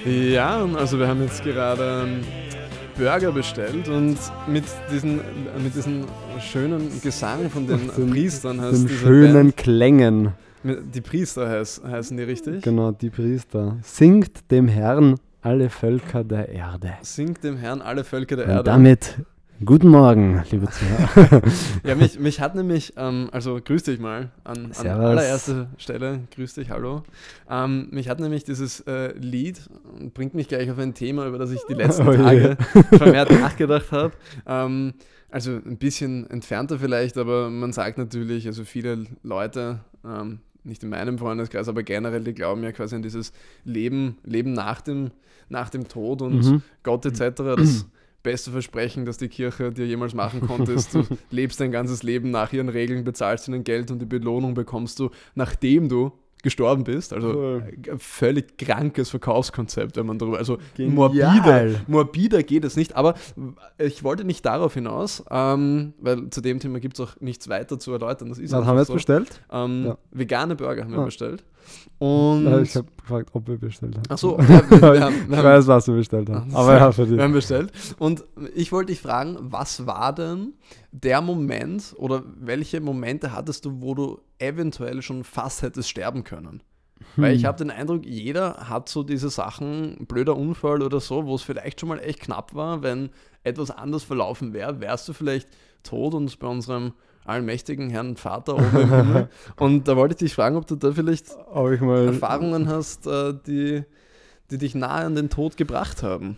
Ja, also wir haben jetzt gerade Burger bestellt und mit diesen schönen Gesang von den Priestern heißt Den diese schönen Band, Klängen. die Priester heißen die richtig? Genau, die Priester. Singt dem Herrn alle Völker der Erde. Singt dem Herrn alle Völker der Und Erde. damit guten Morgen, liebe Zuhörer. Ja, mich hat nämlich, also grüß dich mal an Servus. allererster Stelle, grüß dich, hallo. Mich hat nämlich dieses Lied, bringt mich gleich auf ein Thema, über das ich die letzten Oh je. Tage vermehrt nachgedacht habe. Also ein bisschen entfernter vielleicht, aber man sagt natürlich, also viele Leute, nicht in meinem Freundeskreis, aber generell, die glauben ja quasi an dieses Leben nach dem Tod und Gott etc., das beste Versprechen, das die Kirche dir jemals machen konnte, ist, du lebst dein ganzes Leben nach ihren Regeln, bezahlst ihnen Geld und die Belohnung bekommst du, nachdem du gestorben bist. Also ein völlig krankes Verkaufskonzept, wenn man darüber, also morbider geht es nicht, aber ich wollte nicht darauf hinaus, weil zu dem Thema gibt es auch nichts weiter zu erläutern. Das ist Was haben wir jetzt so. bestellt? Vegane Burger haben wir bestellt. Und Und ich habe gefragt, ob wir bestellt haben. Achso, ja, Ich weiß, was wir bestellt haben. Aber ja, für dich. Wir haben bestellt. Und ich wollte dich fragen, was war denn der Moment oder welche Momente hattest du, wo du eventuell schon fast hättest sterben können? Weil ich habe den Eindruck, jeder hat so diese Sachen, blöder Unfall oder so, wo es vielleicht schon mal echt knapp war, wenn etwas anders verlaufen wäre, wärst du vielleicht tot und bei unserem allmächtigen Herrn Vater oben im Himmel. Und da wollte ich dich fragen, ob du da vielleicht Erfahrungen hast, die dich nahe an den Tod gebracht haben.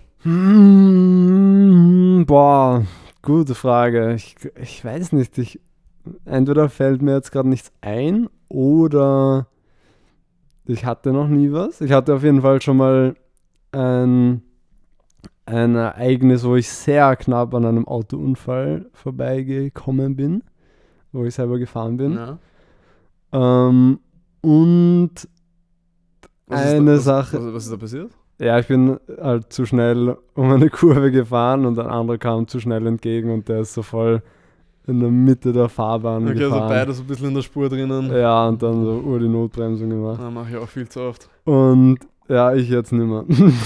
Boah, gute Frage. Ich weiß nicht. Entweder fällt mir jetzt gerade nichts ein oder ich hatte noch nie was. Ich hatte auf jeden Fall schon mal ein Ereignis, wo ich sehr knapp an einem Autounfall vorbeigekommen bin, wo ich selber gefahren bin. Ja. Und Sache. Was ist da passiert? Ja, ich bin halt zu schnell um eine Kurve gefahren und ein anderer kam zu schnell entgegen und der ist so voll in der Mitte der Fahrbahn gefahren. Also beide so ein bisschen in der Spur drinnen. Ja, und dann so die Notbremsung gemacht. Das mache ich auch viel zu oft. Und ja, ich jetzt nimmer.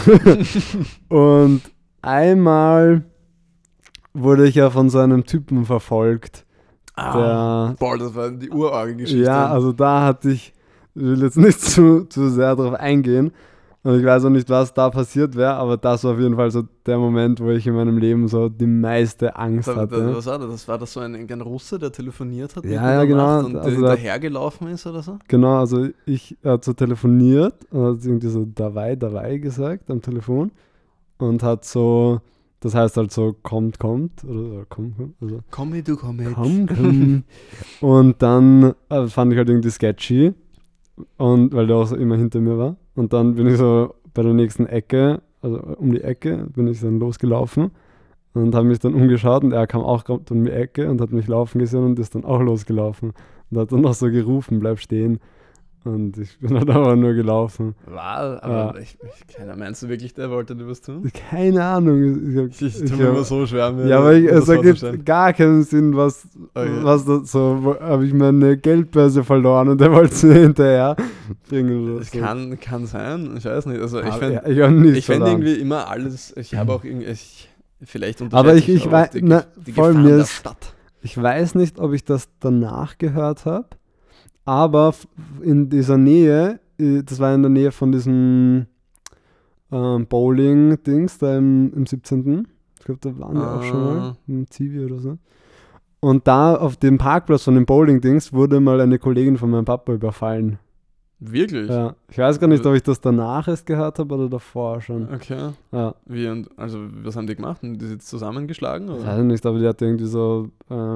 Und einmal wurde ich ja von so einem Typen verfolgt. Boah, das war die Urorgel-Geschichte. Ja, also da hatte ich will jetzt nicht zu sehr darauf eingehen. Und ich weiß auch nicht, was da passiert wäre, aber das war auf jeden Fall so der Moment, wo ich in meinem Leben so die meiste Angst hatte. Was war das? War das so ein Russe, der telefoniert hat? Ja, genau. Und also dahergelaufen ist oder so? Genau, also ich hat so telefoniert und hat irgendwie so Davai gesagt am Telefon und hat so, das heißt halt so kommt oder komm. Also, komm mit, du komm mit. Komm. Und dann fand ich halt irgendwie sketchy. Und weil der auch so immer hinter mir war. Und dann bin ich so bei der nächsten Ecke, also um die Ecke, bin ich dann losgelaufen und habe mich dann umgeschaut und er kam auch gerade um die Ecke und hat mich laufen gesehen und ist dann auch losgelaufen. Und hat dann noch so gerufen, bleib stehen. Und ich bin halt aber nur gelaufen. Wow, aber keiner, meinst du wirklich, der wollte dir was tun? Keine Ahnung. Ich tue mir immer so schwer. Ja, aber es ergibt gar keinen Sinn, was da so, habe ich meine Geldbörse verloren und der wollte sie hinterher bringen. Oder es so. kann sein, ich weiß nicht. Also ich fände irgendwie immer alles, ich habe auch irgendwie, vielleicht aber ich weiß, die Gefahren der Stadt. Ich weiß nicht, ob ich das danach gehört habe. Aber in dieser Nähe, das war in der Nähe von diesem Bowling-Dings da im 17. Ich glaube, da waren wir auch schon mal, im Zivi oder so. Und da auf dem Parkplatz von dem Bowling-Dings wurde mal eine Kollegin von meinem Papa überfallen. Wirklich? Ja. Ich weiß gar nicht, ob ich das danach erst gehört habe oder davor schon. Okay. Ja. Also was haben die gemacht? Haben die sich jetzt zusammengeschlagen? Oder? Ich weiß nicht, aber die hatte irgendwie so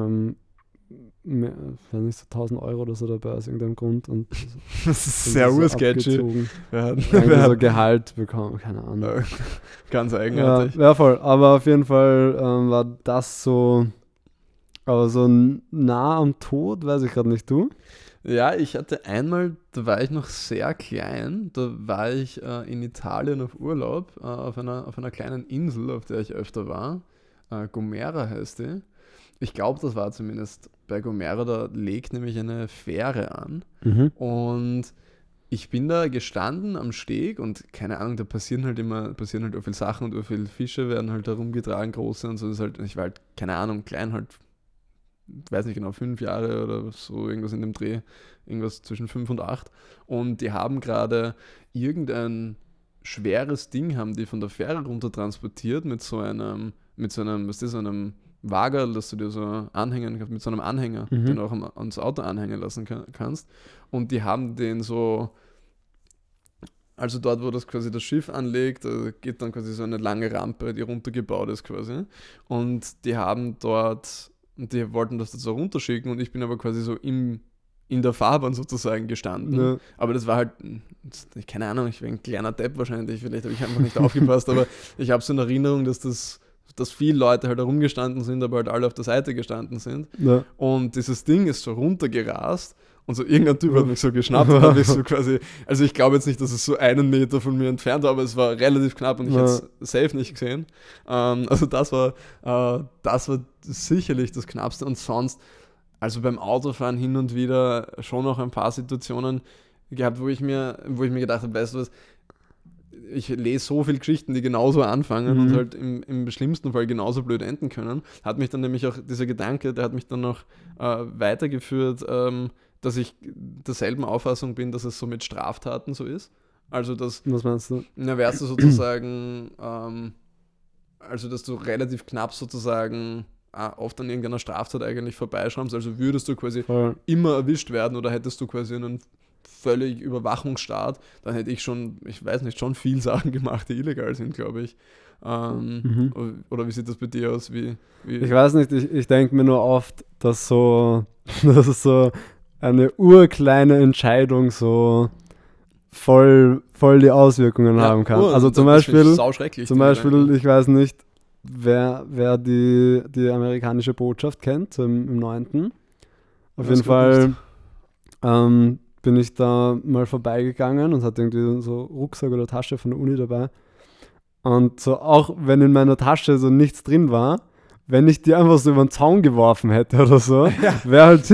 weiß nicht, so 1.000 Euro oder so dabei aus irgendeinem Grund. Und das ist sehr ursketchy. Wer hat so Gehalt bekommen, keine Ahnung. Ganz eigenartig. Ja, voll. Aber auf jeden Fall war das so, aber so nah am Tod, weiß ich gerade nicht, du? Ja, ich hatte einmal, da war ich noch sehr klein, da war ich in Italien auf Urlaub, auf einer kleinen Insel, auf der ich öfter war. Gomera heißt die. Ich glaube, das war zumindest bei Gomera, da legt nämlich eine Fähre an. Und ich bin da gestanden am Steg und keine Ahnung, da passieren halt auch viele Sachen und viele Fische werden halt herumgetragen, große und so. Das ist halt, ich war halt, keine Ahnung, klein halt, weiß nicht genau, 5 Jahre oder so, irgendwas in dem Dreh, irgendwas zwischen 5 und 8. Und die haben gerade irgendein schweres Ding haben die von der Fähre runter transportiert was ist so einem Wagerl, das du dir so anhängen kannst, mit so einem Anhänger, den du auch ans Auto anhängen lassen kannst. Und die haben den so, also dort, wo das quasi das Schiff anlegt, da geht dann quasi so eine lange Rampe, die runtergebaut ist quasi. Und die haben dort, die wollten das so runterschicken und ich bin aber quasi so in der Fahrbahn sozusagen gestanden. Ja. Aber das war halt, keine Ahnung, ich war ein kleiner Depp wahrscheinlich, vielleicht habe ich einfach nicht aufgepasst, aber ich habe so in Erinnerung, dass viele Leute halt herumgestanden sind, aber halt alle auf der Seite gestanden sind. Ja. Und dieses Ding ist so runtergerast und so irgendein Typ hat mich so geschnappt und hat mich so quasi, also ich glaube jetzt nicht, dass es so 1 Meter von mir entfernt war, aber es war relativ knapp und ich hätte es safe nicht gesehen. Also das war sicherlich das Knappste und sonst, also beim Autofahren hin und wieder schon noch ein paar Situationen gehabt, wo ich mir gedacht habe, weißt du was, ich lese so viele Geschichten, die genauso anfangen und halt im schlimmsten Fall genauso blöd enden können. Hat mich dann nämlich auch, dieser Gedanke, der hat mich dann noch weitergeführt, dass ich derselben Auffassung bin, dass es so mit Straftaten so ist. Also, dass... Was meinst du? Na, wärst du sozusagen, also, dass du relativ knapp sozusagen oft an irgendeiner Straftat eigentlich vorbeischraubst, also würdest du quasi immer erwischt werden oder hättest du quasi einen völlig Überwachungsstaat, dann hätte ich schon, ich weiß nicht, schon viel Sachen gemacht, die illegal sind, glaube ich. Oder wie sieht das bei dir aus? Ich weiß nicht, ich denke mir nur oft, dass es so eine urkleine Entscheidung so voll die Auswirkungen haben kann. Also zum Beispiel, ich weiß nicht, wer die amerikanische Botschaft kennt, so im 9. Auf jeden Fall bin ich da mal vorbeigegangen und hatte irgendwie so Rucksack oder Tasche von der Uni dabei. Und so, auch wenn in meiner Tasche so nichts drin war, wenn ich die einfach so über den Zaun geworfen hätte oder so, wäre halt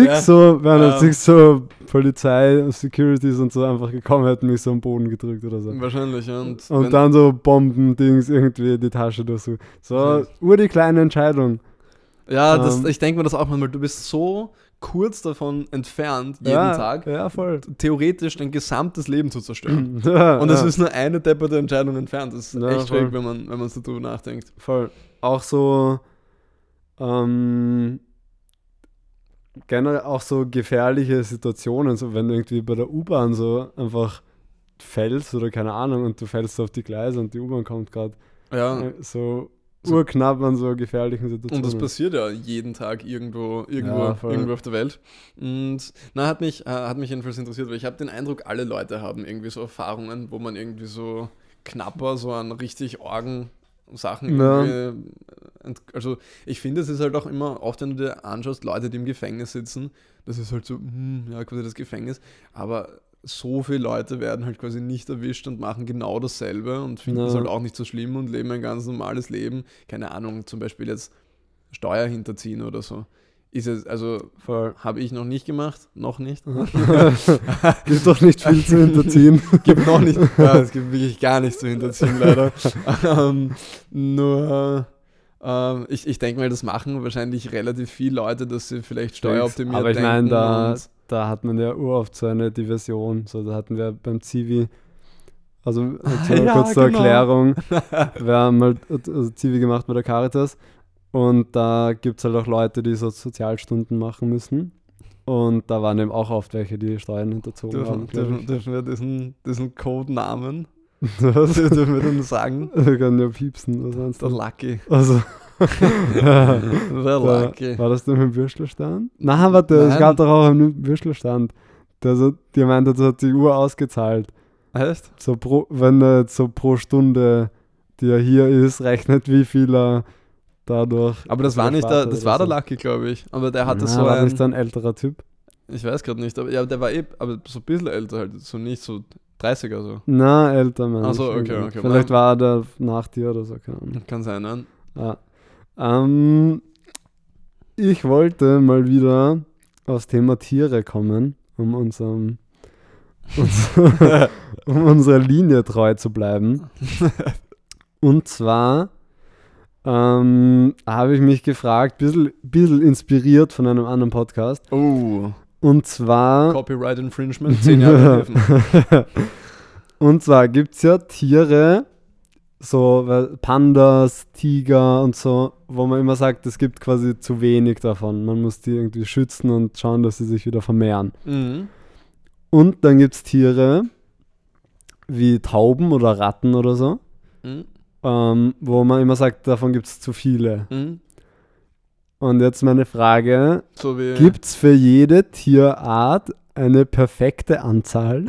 so Polizei, Securities und so einfach gekommen, hätten mich so am Boden gedrückt oder so. Wahrscheinlich, ja. Und dann so Bombendings irgendwie die Tasche durch. So, die kleine Entscheidung. Ja, ich denke mir das auch manchmal, du bist so kurz davon entfernt, jeden Tag, voll. Theoretisch dein gesamtes Leben zu zerstören. Und es ist nur eine depperte Entscheidung entfernt. Das ist echt schräg, wenn man so drüber nachdenkt. Voll. Auch so generell auch so gefährliche Situationen, so wenn du irgendwie bei der U-Bahn so einfach fällst oder keine Ahnung und du fällst auf die Gleise und die U-Bahn kommt gerade so urknapp an so gefährlichen Situationen. Und das passiert ja jeden Tag irgendwo auf der Welt. Und hat mich jedenfalls interessiert, weil ich habe den Eindruck, alle Leute haben irgendwie so Erfahrungen, wo man irgendwie so knapper so an richtig argen Sachen irgendwie, also ich finde, es ist halt auch immer, oft wenn du dir anschaust, Leute, die im Gefängnis sitzen, das ist halt so, quasi das Gefängnis, aber so viele Leute werden halt quasi nicht erwischt und machen genau dasselbe und finden es halt auch nicht so schlimm und leben ein ganz normales Leben. Keine Ahnung, zum Beispiel jetzt Steuer hinterziehen oder so. Ist es, also habe ich noch nicht gemacht, noch nicht. Gibt doch nicht viel zu hinterziehen. Gibt noch nicht, es gibt wirklich gar nichts zu hinterziehen, leider. Ich denke mal, das machen wahrscheinlich relativ viele Leute, dass sie vielleicht steueroptimiert denken. Aber ich meine, da hat man ja uroft so eine Diversion. So, da hatten wir beim Zivi, also kurz zur Erklärung, wir haben halt Zivi gemacht bei der Caritas und da gibt es halt auch Leute, die so Sozialstunden machen müssen. Und da waren eben auch oft welche, die Steuern hinterzogen haben. Dürfen wir diesen Codenamen? Was dürfen wir denn sagen? Wir können ja piepsen. Was meinst du? Der Lucky. Also. Der Lucky. War das denn mit dem Würstelstand? Nein, warte, es gab doch auch einen Würstelstand. Die meinte, das hat die Uhr ausgezahlt. Echt? So wenn er jetzt so pro Stunde, die er hier ist, rechnet, wie viel er dadurch. Aber das war nicht das war der Lucky, glaube ich. Aber der hatte so war nicht ein älterer Typ? Ich weiß gerade nicht, aber ja, der war aber so ein bisschen älter halt, so nicht so 30er so. Na, älter, Mann. Achso, okay. Vielleicht war der nach dir oder so, keine Ahnung. Kann sein, ne? Ja. Ich wollte mal wieder aufs Thema Tiere kommen, um unserem um unserer Linie treu zu bleiben. Und zwar habe ich mich gefragt, bisschen inspiriert von einem anderen Podcast. Oh. Und zwar... Copyright Infringement, 10 Jahre helfen. Und zwar gibt es ja Tiere, so Pandas, Tiger und so, wo man immer sagt, es gibt quasi zu wenig davon. Man muss die irgendwie schützen und schauen, dass sie sich wieder vermehren. Mhm. Und dann gibt es Tiere wie Tauben oder Ratten oder so, wo man immer sagt, davon gibt es zu viele. Mhm. Und jetzt meine Frage, So wie gibt es für jede Tierart eine perfekte Anzahl?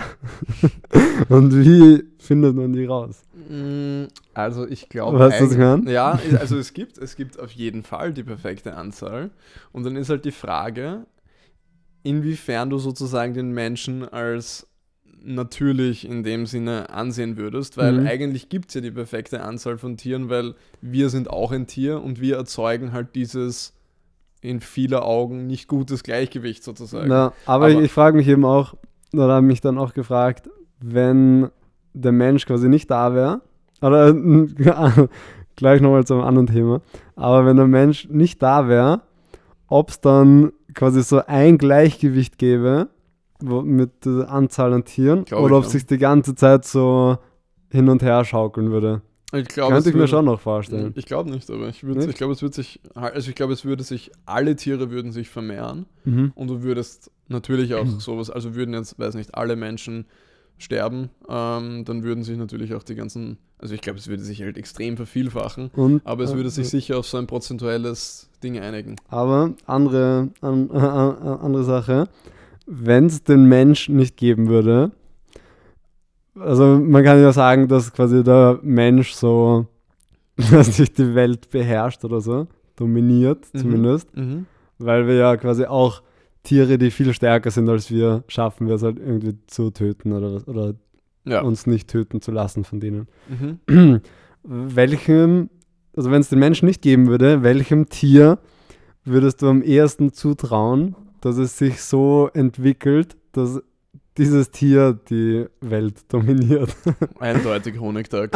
Und wie findet man die raus? Also ich glaube, Weißt du, was ich meine? ja, also es gibt auf jeden Fall die perfekte Anzahl. Und dann ist halt die Frage, inwiefern du sozusagen den Menschen als natürlich in dem Sinne ansehen würdest, weil eigentlich gibt es ja die perfekte Anzahl von Tieren, weil wir sind auch ein Tier und wir erzeugen halt dieses in vieler Augen nicht gutes Gleichgewicht sozusagen. Na, aber ich frage mich eben auch, oder habe mich dann auch gefragt, wenn der Mensch quasi nicht da wäre, oder gleich nochmal zu einem anderen Thema, aber wenn der Mensch nicht da wäre, ob es dann quasi so ein Gleichgewicht gäbe mit der Anzahl an Tieren oder ob sich die ganze Zeit so hin und her schaukeln würde. Könnte ich mir schon noch vorstellen. Ich glaube nicht, aber ich glaube, es würde sich, alle Tiere würden sich vermehren und du würdest natürlich auch sowas, also würden jetzt, weiß nicht, alle Menschen sterben, dann würden sich natürlich auch die ganzen, also ich glaube, es würde sich halt extrem vervielfachen, aber es würde sich sicher auf so ein prozentuelles Ding einigen. Aber andere Sache, wenn es den Mensch nicht geben würde, also man kann ja sagen, dass quasi der Mensch so, dass sich die Welt beherrscht oder so, dominiert zumindest, weil wir ja quasi auch Tiere, die viel stärker sind als wir, schaffen wir es halt irgendwie zu töten oder uns nicht töten zu lassen von denen. Also wenn es den Menschen nicht geben würde, welchem Tier würdest du am ehesten zutrauen, dass es sich so entwickelt, dass dieses Tier die Welt dominiert? Eindeutig Honigdachs.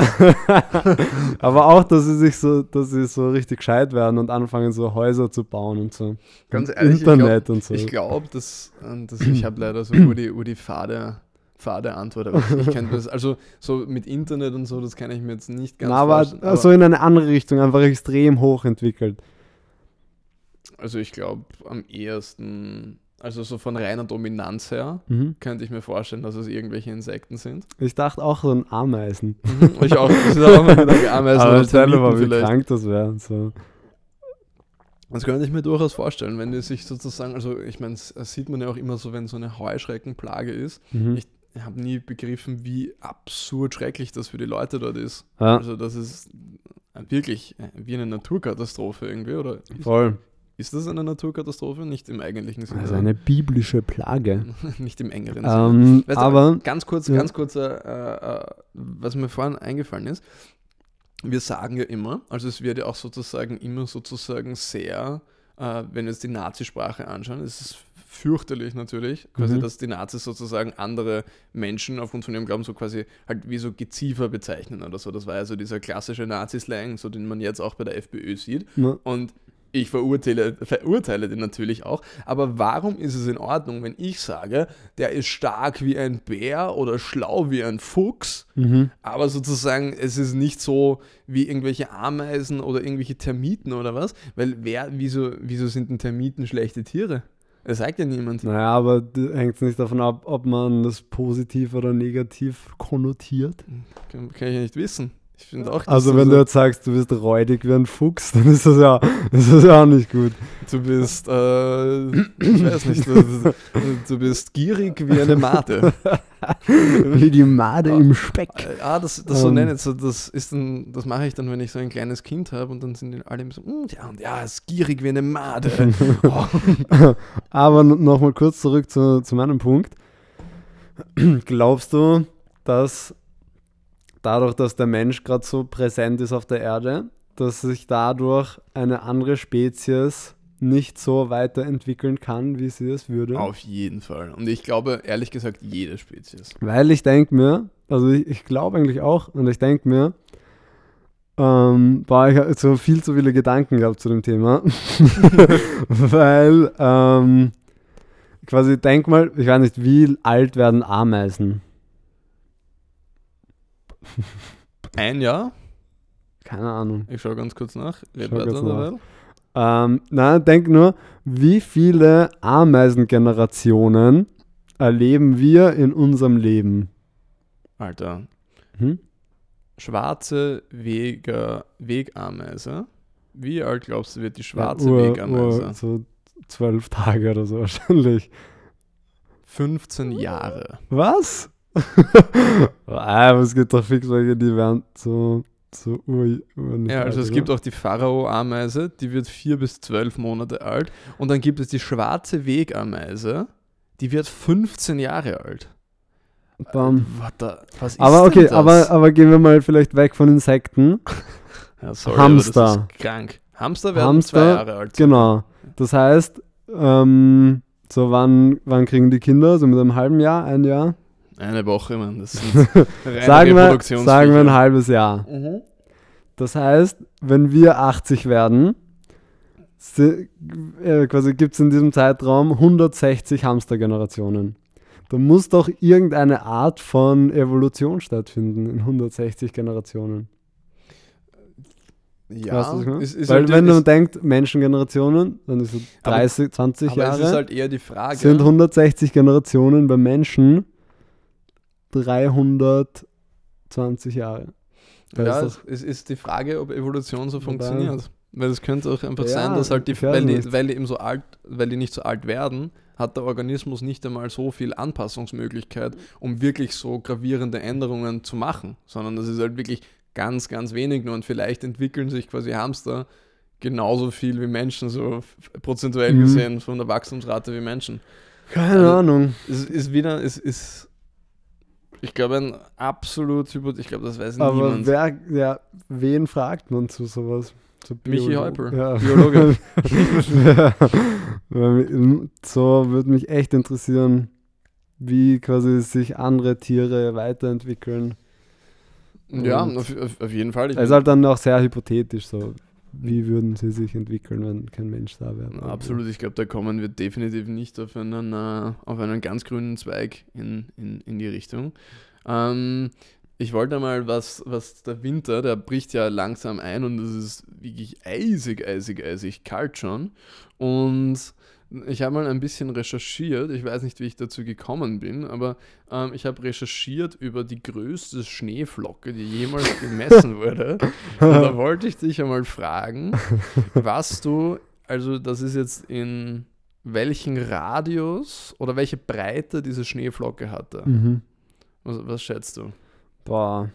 Aber auch, dass sie so richtig gescheit werden und anfangen, so Häuser zu bauen und so. Ganz ehrlich, Internet und so. Ich glaube, dass ich habe leider so nur die fade Antwort, aber ich kenne das, also so mit Internet und so, das kann ich mir jetzt nicht ganz vorstellen. Aber so in eine andere Richtung, einfach extrem hochentwickelt. Also ich glaube am ehesten, also so von reiner Dominanz her, könnte ich mir vorstellen, dass es irgendwelche Insekten sind. Ich dachte auch so ein Ameisen. Ich auch, das ist auch mal Gedanke, Ameisen aber oder stell dir mal, wie vielleicht. krank das wäre. So. Das könnte ich mir durchaus vorstellen, wenn die sich sozusagen, also ich meine, das sieht man ja auch immer so, wenn so eine Heuschreckenplage ist. Ich habe nie begriffen, wie absurd schrecklich das für die Leute dort ist. Ja. Also das ist wirklich wie eine Naturkatastrophe irgendwie, oder? Voll. Ist das eine Naturkatastrophe? Nicht im eigentlichen Sinne. Also eine biblische Plage. Nicht im engeren Sinne. Weißt aber du, ganz kurz, was mir vorhin eingefallen ist, wir sagen ja immer, also es wird ja auch immer sehr, wenn wir jetzt die Nazisprache anschauen, es ist fürchterlich natürlich, quasi, dass die Nazis sozusagen andere Menschen aufgrund von ihrem Glauben so quasi halt wie so Geziefer bezeichnen oder so. Das war ja so dieser klassische Nazi-Slang, so den man jetzt auch bei der FPÖ sieht. Ja. Und ich verurteile den natürlich auch, aber warum ist es in Ordnung, wenn ich sage, der ist stark wie ein Bär oder schlau wie ein Fuchs, aber sozusagen es ist nicht so wie irgendwelche Ameisen oder irgendwelche Termiten oder was, weil wieso sind denn Termiten schlechte Tiere? Das sagt ja niemand. Naja, aber hängt es nicht davon ab, ob man das positiv oder negativ konnotiert? Kann ich ja nicht wissen. Ich finde auch, also wenn du jetzt sagst, du bist räudig wie ein Fuchs, dann ist das ja auch nicht gut. Du bist, ich weiß nicht, du bist gierig wie eine Made. Wie die Made im Speck. Das so nenne ich so, das mache ich dann, wenn ich so ein kleines Kind habe und dann sind die alle so, ist gierig wie eine Made. Aber nochmal kurz zurück zu meinem Punkt. Glaubst du, dass dadurch, dass der Mensch gerade so präsent ist auf der Erde, dass sich dadurch eine andere Spezies nicht so weiterentwickeln kann, wie sie es würde. Auf jeden Fall. Und ich glaube, ehrlich gesagt, jede Spezies. Weil ich denke mir, also ich glaube eigentlich auch, und ich denke mir, ich habe so viel zu viele Gedanken gehabt zu dem Thema. Weil, quasi, denk mal, ich weiß nicht, wie alt werden Ameisen? Ein Jahr? Keine Ahnung. Ich schaue ganz kurz nach. Red Schau weiter kurz nach. dabei. Nein, denk nur, wie viele Ameisengenerationen erleben wir in unserem Leben? Alter. Hm? Schwarze Wegameise. Wie alt glaubst du, wird die schwarze Wegameise? So 12 Tage oder so wahrscheinlich. 15 Jahre. Was? Es gibt doch fix welche, die werden so Ja, also es gibt auch die Pharao-Ameise, die wird 4 bis 12 Monate alt. Und dann gibt es die schwarze Wegameise, die wird 15 Jahre alt. Was ist aber denn okay, das? aber gehen wir mal vielleicht weg von Insekten. Ja, sorry, Hamster. aber das ist krank. Hamster werden 2 Jahre alt. Genau. Das heißt, so wann kriegen die Kinder? So mit einem halben Jahr, ein Jahr? Eine Woche, man. Das sind reine sagen wir Reproduktionsviecher. ein halbes Jahr. Mhm. Das heißt, wenn wir 80 werden, quasi gibt es in diesem Zeitraum 160 Hamstergenerationen. Da muss doch irgendeine Art von Evolution stattfinden in 160 Generationen. Ja, Weißt du, was ich meine? ist Weil halt, wenn man denkt, Menschengenerationen, dann ist so 30, 20 aber Jahre, es ist halt eher die Frage. sind 160 Generationen bei Menschen 320 Jahre. Ja, es ist die Frage, ob Evolution so funktioniert. Weil es könnte auch einfach sein, dass halt weil die nicht so alt werden, hat der Organismus nicht einmal so viel Anpassungsmöglichkeit, um wirklich so gravierende Änderungen zu machen, sondern das ist halt wirklich ganz, ganz wenig nur und vielleicht entwickeln sich quasi Hamster genauso viel wie Menschen, so prozentuell gesehen von der Wachstumsrate wie Menschen. Keine Ahnung. Es ist wieder, ich glaube, ein absolut ich glaube, das weiß Aber niemand. wen fragt man zu sowas? Zu Michi Häupl, ja. Biologe. So würde mich echt interessieren, wie quasi sich andere Tiere weiterentwickeln. Ja, auf jeden Fall. Es ist halt dann auch sehr hypothetisch so. Wie würden sie sich entwickeln, wenn kein Mensch da wäre? Absolut, ich glaube, da kommen wir definitiv nicht auf einen ganz grünen Zweig in die Richtung. Ich wollte mal, was der Winter, der bricht ja langsam ein und es ist wirklich eisig kalt schon. Und ich habe mal ein bisschen recherchiert, ich weiß nicht, wie ich dazu gekommen bin, aber ich habe recherchiert über die größte Schneeflocke, die jemals gemessen wurde. Und da wollte ich dich einmal fragen, also das ist jetzt in welchen Radius oder welche Breite diese Schneeflocke hatte. Mhm. Was schätzt du? Boah.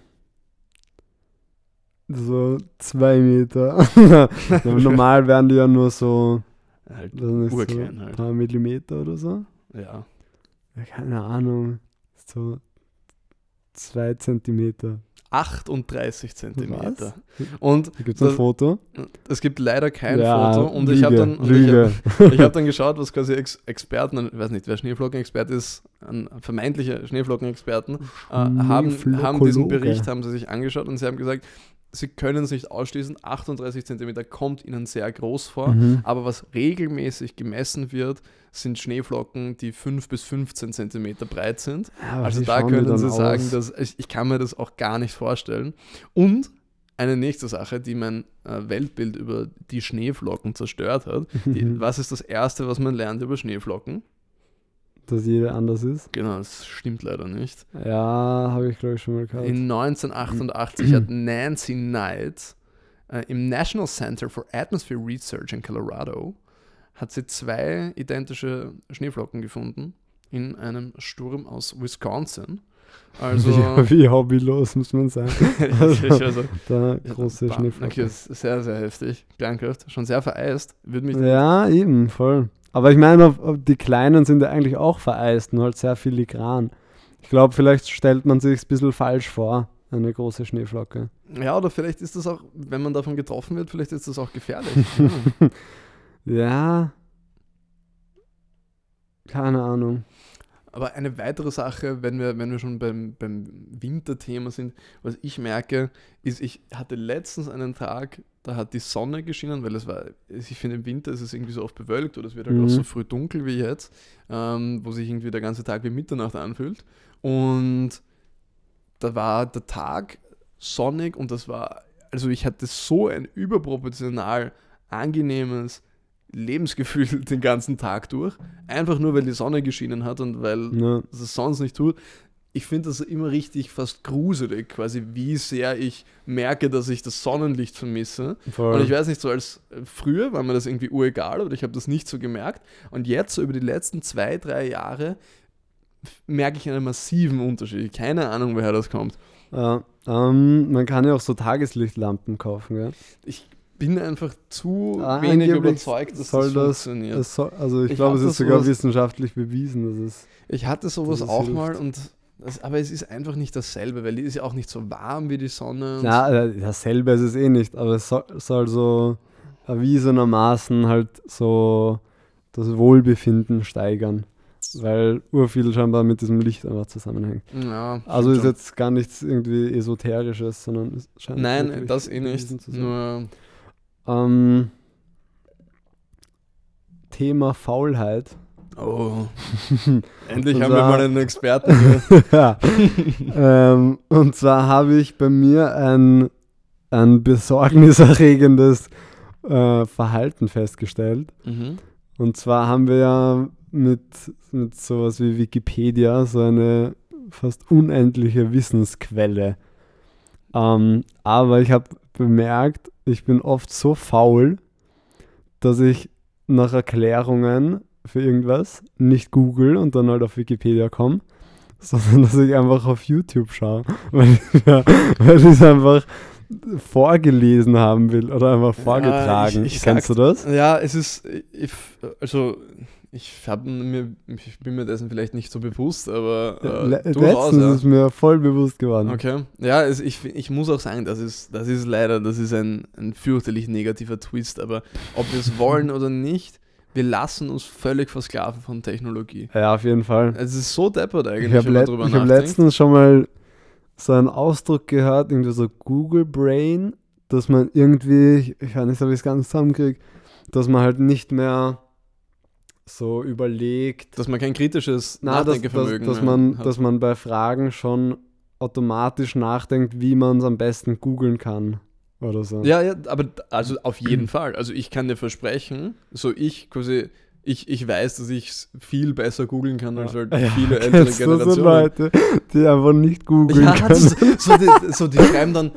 So 2 Meter. Normal wären die ja nur so Halt urklein so ein paar Millimeter oder so. Ja. Keine Ahnung. So 2 Zentimeter. 38 Zentimeter. Was? Und Gibt es ein Foto? Es gibt leider kein Ja, Foto. Und Lüge, ich habe dann, Lüge. ich hab dann geschaut, was quasi Experten, ich weiß nicht, wer Schneeflockenexperte ist, vermeintliche Schneeflockenexperten, haben diesen Bericht, haben sie sich angeschaut und sie haben gesagt, sie können es nicht ausschließen, 38 Zentimeter kommt ihnen sehr groß vor, aber was regelmäßig gemessen wird, sind Schneeflocken, die 5 bis 15 Zentimeter breit sind. Ja, also da können sie sagen, dass ich kann mir das auch gar nicht vorstellen. Und eine nächste Sache, die mein Weltbild über die Schneeflocken zerstört hat. Was ist das Erste, was man lernt über Schneeflocken? Dass jeder anders ist? Genau, das stimmt leider nicht. Ja, habe ich glaube ich schon mal gehört. In 1988 hat Nancy Knight im National Center for Atmosphere Research in Colorado hat sie 2 identische Schneeflocken gefunden in einem Sturm aus Wisconsin. Also wie hobbylos, muss man sagen. also, der große Schneeflocke. Okay, das ist sehr, sehr heftig. Klangkraft, schon sehr vereist. Ja, eben, voll. Aber ich meine, die Kleinen sind ja eigentlich auch vereist, nur halt sehr filigran. Ich glaube, vielleicht stellt man sich ein bisschen falsch vor, eine große Schneeflocke. Ja, oder vielleicht ist das auch, wenn man davon getroffen wird, vielleicht ist das auch gefährlich. Ja. Keine Ahnung. Aber eine weitere Sache, wenn wir schon beim Winterthema sind, was ich merke, ist, ich hatte letztens einen Tag, da hat die Sonne geschienen, weil ich finde im Winter ist es irgendwie so oft bewölkt oder es wird halt auch so früh dunkel wie jetzt, wo sich irgendwie der ganze Tag wie Mitternacht anfühlt. Und da war der Tag sonnig und also ich hatte so ein überproportional angenehmes Lebensgefühl den ganzen Tag durch, einfach nur weil die Sonne geschienen hat und weil es sonst nicht tut. Ich finde das immer richtig fast gruselig, quasi wie sehr ich merke, dass ich das Sonnenlicht vermisse. Voll. Und ich weiß nicht, so als früher war mir das irgendwie uregal oder ich habe das nicht so gemerkt. Und jetzt so über die letzten 2-3 Jahre merke ich einen massiven Unterschied. Keine Ahnung, woher das kommt. Man kann ja auch so Tageslichtlampen kaufen, gell? Ich bin einfach zu wenig überzeugt, dass das funktioniert. Also ich glaube, es ist sogar wissenschaftlich bewiesen, dass es... Ich hatte sowas auch mal, aber es ist einfach nicht dasselbe, weil die ist ja auch nicht so warm wie die Sonne. Dasselbe ist es eh nicht, aber es soll so erwiesenermaßen halt so das Wohlbefinden steigern, weil urviel scheinbar mit diesem Licht einfach zusammenhängt. Ja, also ist jetzt gar nichts irgendwie Esoterisches, sondern es scheint... Nein, das eh nicht. Nur Thema Faulheit. Oh, endlich haben wir mal einen Experten hier. Ja. Und zwar habe ich bei mir ein besorgniserregendes Verhalten festgestellt. Mhm. Und zwar haben wir ja mit sowas wie Wikipedia so eine fast unendliche Wissensquelle. Aber ich habe bemerkt, ich bin oft so faul, dass ich nach Erklärungen für irgendwas nicht google und dann halt auf Wikipedia komme, sondern dass ich einfach auf YouTube schaue, weil ich es einfach vorgelesen haben will oder einfach vorgetragen. Kennst du das? Ja, es ist, ich bin mir dessen vielleicht nicht so bewusst, aber letztens ist mir voll bewusst geworden. Okay. Ja, ich muss auch sagen, das ist ein fürchterlich negativer Twist, aber ob wir es wollen oder nicht, wir lassen uns völlig versklaven von Technologie. Ja, auf jeden Fall. Es ist so deppert eigentlich, wenn man drüber nachdenkt. Ich habe letztens schon mal so einen Ausdruck gehört, irgendwie so Google Brain, dass man irgendwie, ich weiß nicht, ob ich es ganz zusammenkriege, dass man halt nicht mehr so überlegt. Dass man kein kritisches Nachdenkevermögen hat. Dass man bei Fragen schon automatisch nachdenkt, wie man es am besten googeln kann oder so. Ja, aber also auf jeden Fall. Also ich kann dir versprechen, ich weiß, dass ich es viel besser googeln kann als halt viele ältere Generationen. So Leute, die einfach nicht googeln können. Die schreiben dann,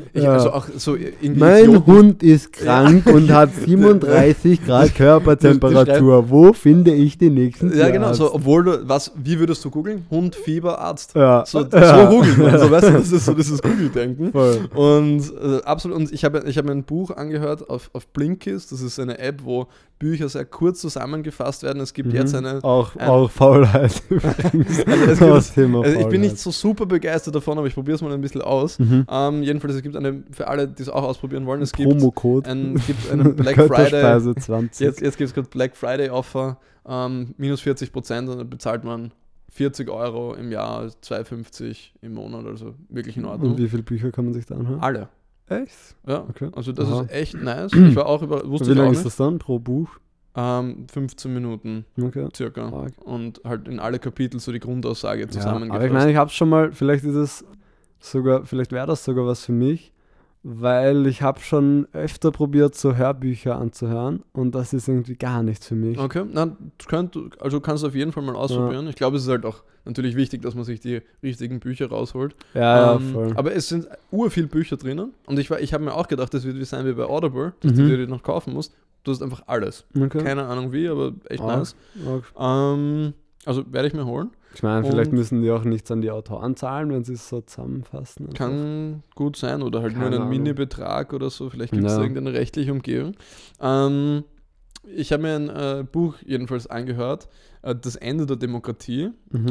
mein Hund ist krank und hat 37 Grad Körpertemperatur. Wo finde ich den nächsten Tierarzt? Ja, genau. So, wie würdest du googeln? Hund, Fieber, Arzt. Ja. So googelt man. So, weißt du, das ist so dieses Google-Denken. Und absolut. Und ich habe ein Buch angehört auf Blinkist. Das ist eine App, wo Bücher sehr kurz zusammengefasst werden. Es gibt jetzt auch Faulheit übrigens. Ich bin nicht so super begeistert davon, aber ich probiere es mal ein bisschen aus. Jedenfalls, es gibt für alle, die es auch ausprobieren wollen, es gibt einen Black Friday. 20. Jetzt gibt es gerade Black Friday Offer, minus 40% und dann bezahlt man 40 € im Jahr, 2,50 im Monat, also wirklich in Ordnung. Und wie viele Bücher kann man sich da anhören? Alle. Echt? Ja, okay. Also das ist echt nice. Ich war auch Wie lange ist das dann pro Buch? 15 Minuten circa. Arg. Und halt in alle Kapitel so die Grundaussage zusammengefasst. Aber ich meine, ich habe schon mal, vielleicht wäre das sogar was für mich, weil ich habe schon öfter probiert, so Hörbücher anzuhören und das ist irgendwie gar nichts für mich. Okay, kannst du auf jeden Fall mal ausprobieren. Ja. Ich glaube, es ist halt auch natürlich wichtig, dass man sich die richtigen Bücher rausholt. Ja, voll. Aber es sind urviel Bücher drinnen und ich habe mir auch gedacht, das wird sein wie bei Audible, dass du dir die noch kaufen musst. Du hast einfach alles. Okay. Keine Ahnung wie, aber echt nice. Also werde ich mir holen. Ich meine, vielleicht müssen die auch nichts an die Autoren zahlen, wenn sie es so zusammenfassen. Einfach. Kann gut sein oder halt nur einen Mini-Betrag oder so. Vielleicht gibt es irgendeine rechtliche Umgehung. Ich habe mir ein Buch jedenfalls angehört, Das Ende der Demokratie.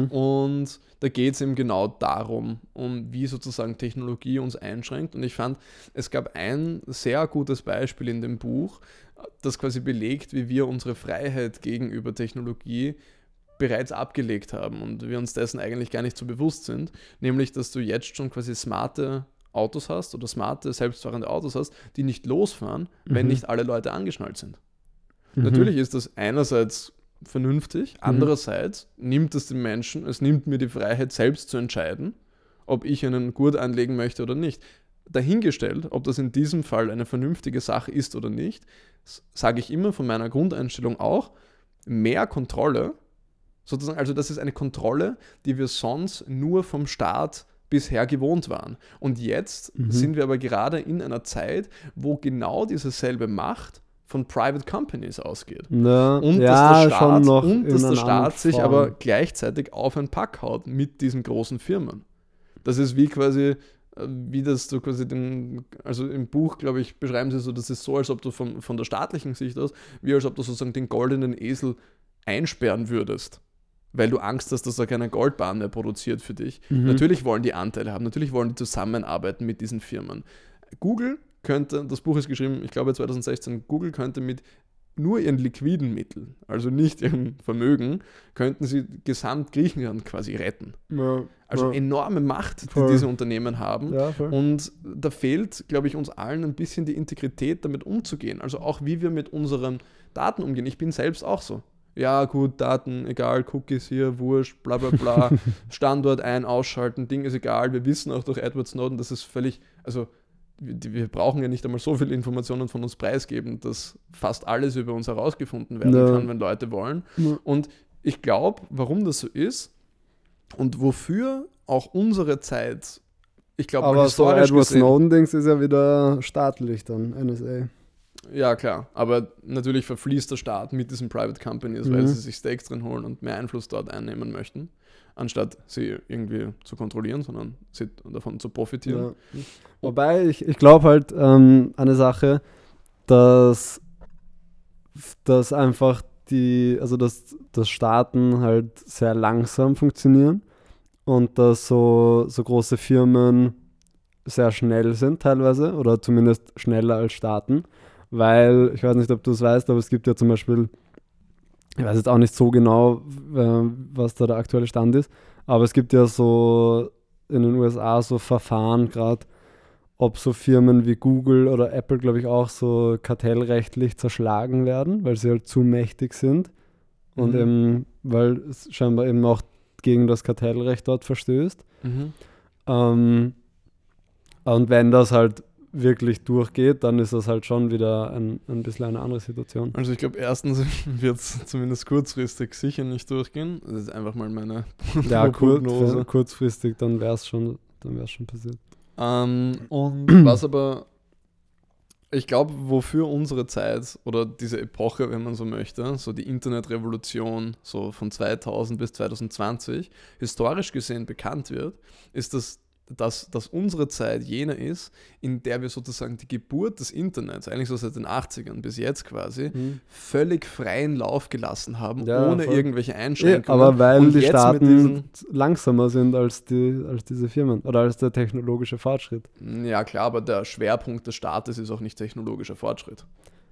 Und da geht es eben genau darum, wie sozusagen Technologie uns einschränkt. Und ich fand, es gab ein sehr gutes Beispiel in dem Buch, das quasi belegt, wie wir unsere Freiheit gegenüber Technologie bereits abgelegt haben und wir uns dessen eigentlich gar nicht so bewusst sind. Nämlich, dass du jetzt schon quasi smarte Autos hast oder smarte, selbstfahrende Autos hast, die nicht losfahren, wenn nicht alle Leute angeschnallt sind. Natürlich ist das einerseits vernünftig, andererseits nimmt es den Menschen, es nimmt mir die Freiheit, selbst zu entscheiden, ob ich einen Gurt anlegen möchte oder nicht. Dahingestellt, ob das in diesem Fall eine vernünftige Sache ist oder nicht, sage ich immer von meiner Grundeinstellung auch, mehr Kontrolle, sozusagen, also das ist eine Kontrolle, die wir sonst nur vom Staat bisher gewohnt waren. Und jetzt sind wir aber gerade in einer Zeit, wo genau diese selbe Macht von Private Companies ausgeht. Ja, Und ja, dass schon noch der Staat sich Form. aber gleichzeitig auf einen Pack haut mit diesen großen Firmen. Das ist wie quasi, wie das du quasi also im Buch, glaube ich, beschreiben sie so, das ist so, als ob du von der staatlichen Sicht aus, wie als ob du sozusagen den goldenen Esel einsperren würdest, weil du Angst hast, dass er keine Goldbahn mehr produziert für dich. Natürlich wollen die Anteile haben, natürlich wollen die zusammenarbeiten mit diesen Firmen. Google könnte, das Buch ist geschrieben, ich glaube 2016, Google könnte mit nur ihren liquiden Mitteln, also nicht ihrem Vermögen, könnten sie gesamt Griechenland quasi retten. Ja, also enorme Macht, die diese Unternehmen haben. Ja, voll. Und da fehlt, glaube ich, uns allen ein bisschen die Integrität, damit umzugehen. Also auch wie wir mit unseren Daten umgehen. Ich bin selbst auch so. Ja, gut, Daten, egal, Cookies hier, wurscht, bla bla bla, Standort ein-, ausschalten, Ding ist egal. Wir wissen auch durch Edward Snowden, dass es völlig, also wir brauchen ja nicht einmal so viele Informationen von uns preisgeben, dass fast alles über uns herausgefunden werden kann, wenn Leute wollen. Ja. Und ich glaube, warum das so ist und wofür auch unsere Zeit, ich glaube, aber so Edward Snowden-Dings ist ja wieder staatlich dann, NSA. Ja, klar, aber natürlich verfließt der Staat mit diesen Private Companies, weil sie sich Stakes drin holen und mehr Einfluss dort einnehmen möchten, anstatt sie irgendwie zu kontrollieren, sondern sie davon zu profitieren. Ja. Wobei, ich glaube halt eine Sache, dass einfach dass Staaten halt sehr langsam funktionieren und dass so große Firmen sehr schnell sind teilweise oder zumindest schneller als Staaten. Weil, ich weiß nicht, ob du es weißt, aber es gibt ja zum Beispiel, ich weiß jetzt auch nicht so genau, was da der aktuelle Stand ist, aber es gibt ja so in den USA so Verfahren gerade, ob so Firmen wie Google oder Apple, glaube ich, auch so kartellrechtlich zerschlagen werden, weil sie halt zu mächtig sind und eben, weil es scheinbar eben auch gegen das Kartellrecht dort verstößt. Und wenn das halt wirklich durchgeht, dann ist das halt schon wieder ein bisschen eine andere Situation. Also ich glaube, erstens wird es zumindest kurzfristig sicher nicht durchgehen. Das ist einfach mal meine Prognose. Kurzfristig, dann wäre es schon passiert. Und was aber, ich glaube, wofür unsere Zeit oder diese Epoche, wenn man so möchte, so die Internetrevolution so von 2000 bis 2020 historisch gesehen bekannt wird, ist, dass unsere Zeit jene ist, in der wir sozusagen die Geburt des Internets, eigentlich so seit den 80ern bis jetzt quasi, völlig freien Lauf gelassen haben, ohne irgendwelche Einschränkungen. Ja, aber weil die Staaten langsamer sind als diese Firmen oder als der technologische Fortschritt. Ja klar, aber der Schwerpunkt des Staates ist auch nicht technologischer Fortschritt.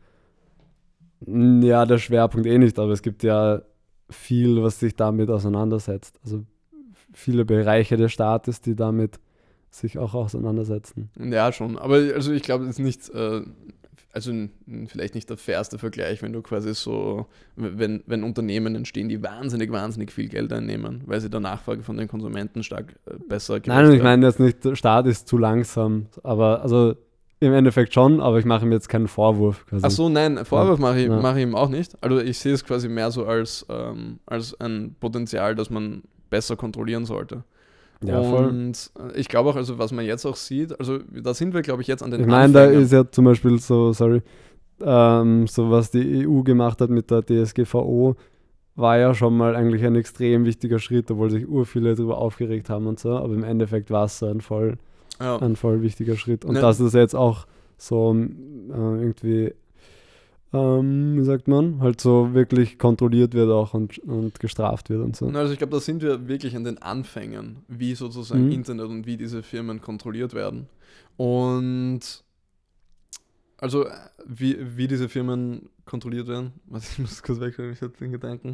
Ja, der Schwerpunkt nicht, aber es gibt ja viel, was sich damit auseinandersetzt. Also viele Bereiche des Staates, die damit sich auch auseinandersetzen. Ja, schon. Aber also ich glaube, das ist nicht, vielleicht nicht der fairste Vergleich, wenn du quasi so, wenn Unternehmen entstehen, die wahnsinnig viel Geld einnehmen, weil sie der Nachfrage von den Konsumenten stark besser gerecht werden. Nein, ich meine jetzt nicht, der Staat ist zu langsam, aber also im Endeffekt schon, aber ich mache ihm jetzt keinen Vorwurf. Quasi. Ach so, nein, Vorwurf mache ich ihm auch nicht. Also ich sehe es quasi mehr so als ein Potenzial, das man besser kontrollieren sollte. Ja, voll. Und ich glaube auch, also was man jetzt auch sieht, also da sind wir, glaube ich, jetzt an den Anfängen. Ich meine, da ist ja zum Beispiel so was die EU gemacht hat mit der DSGVO, war ja schon mal eigentlich ein extrem wichtiger Schritt, obwohl sich viele darüber aufgeregt haben und so, aber im Endeffekt war es so ein voll wichtiger Schritt. Und dass es jetzt auch so irgendwie wie sagt man, halt so wirklich kontrolliert wird auch und gestraft wird und so. Also ich glaube, da sind wir wirklich an den Anfängen, wie sozusagen Mhm. Internet und wie diese Firmen kontrolliert werden. Und also wie diese Firmen kontrolliert werden, was ich muss kurz wechseln, ich hatte den Gedanken.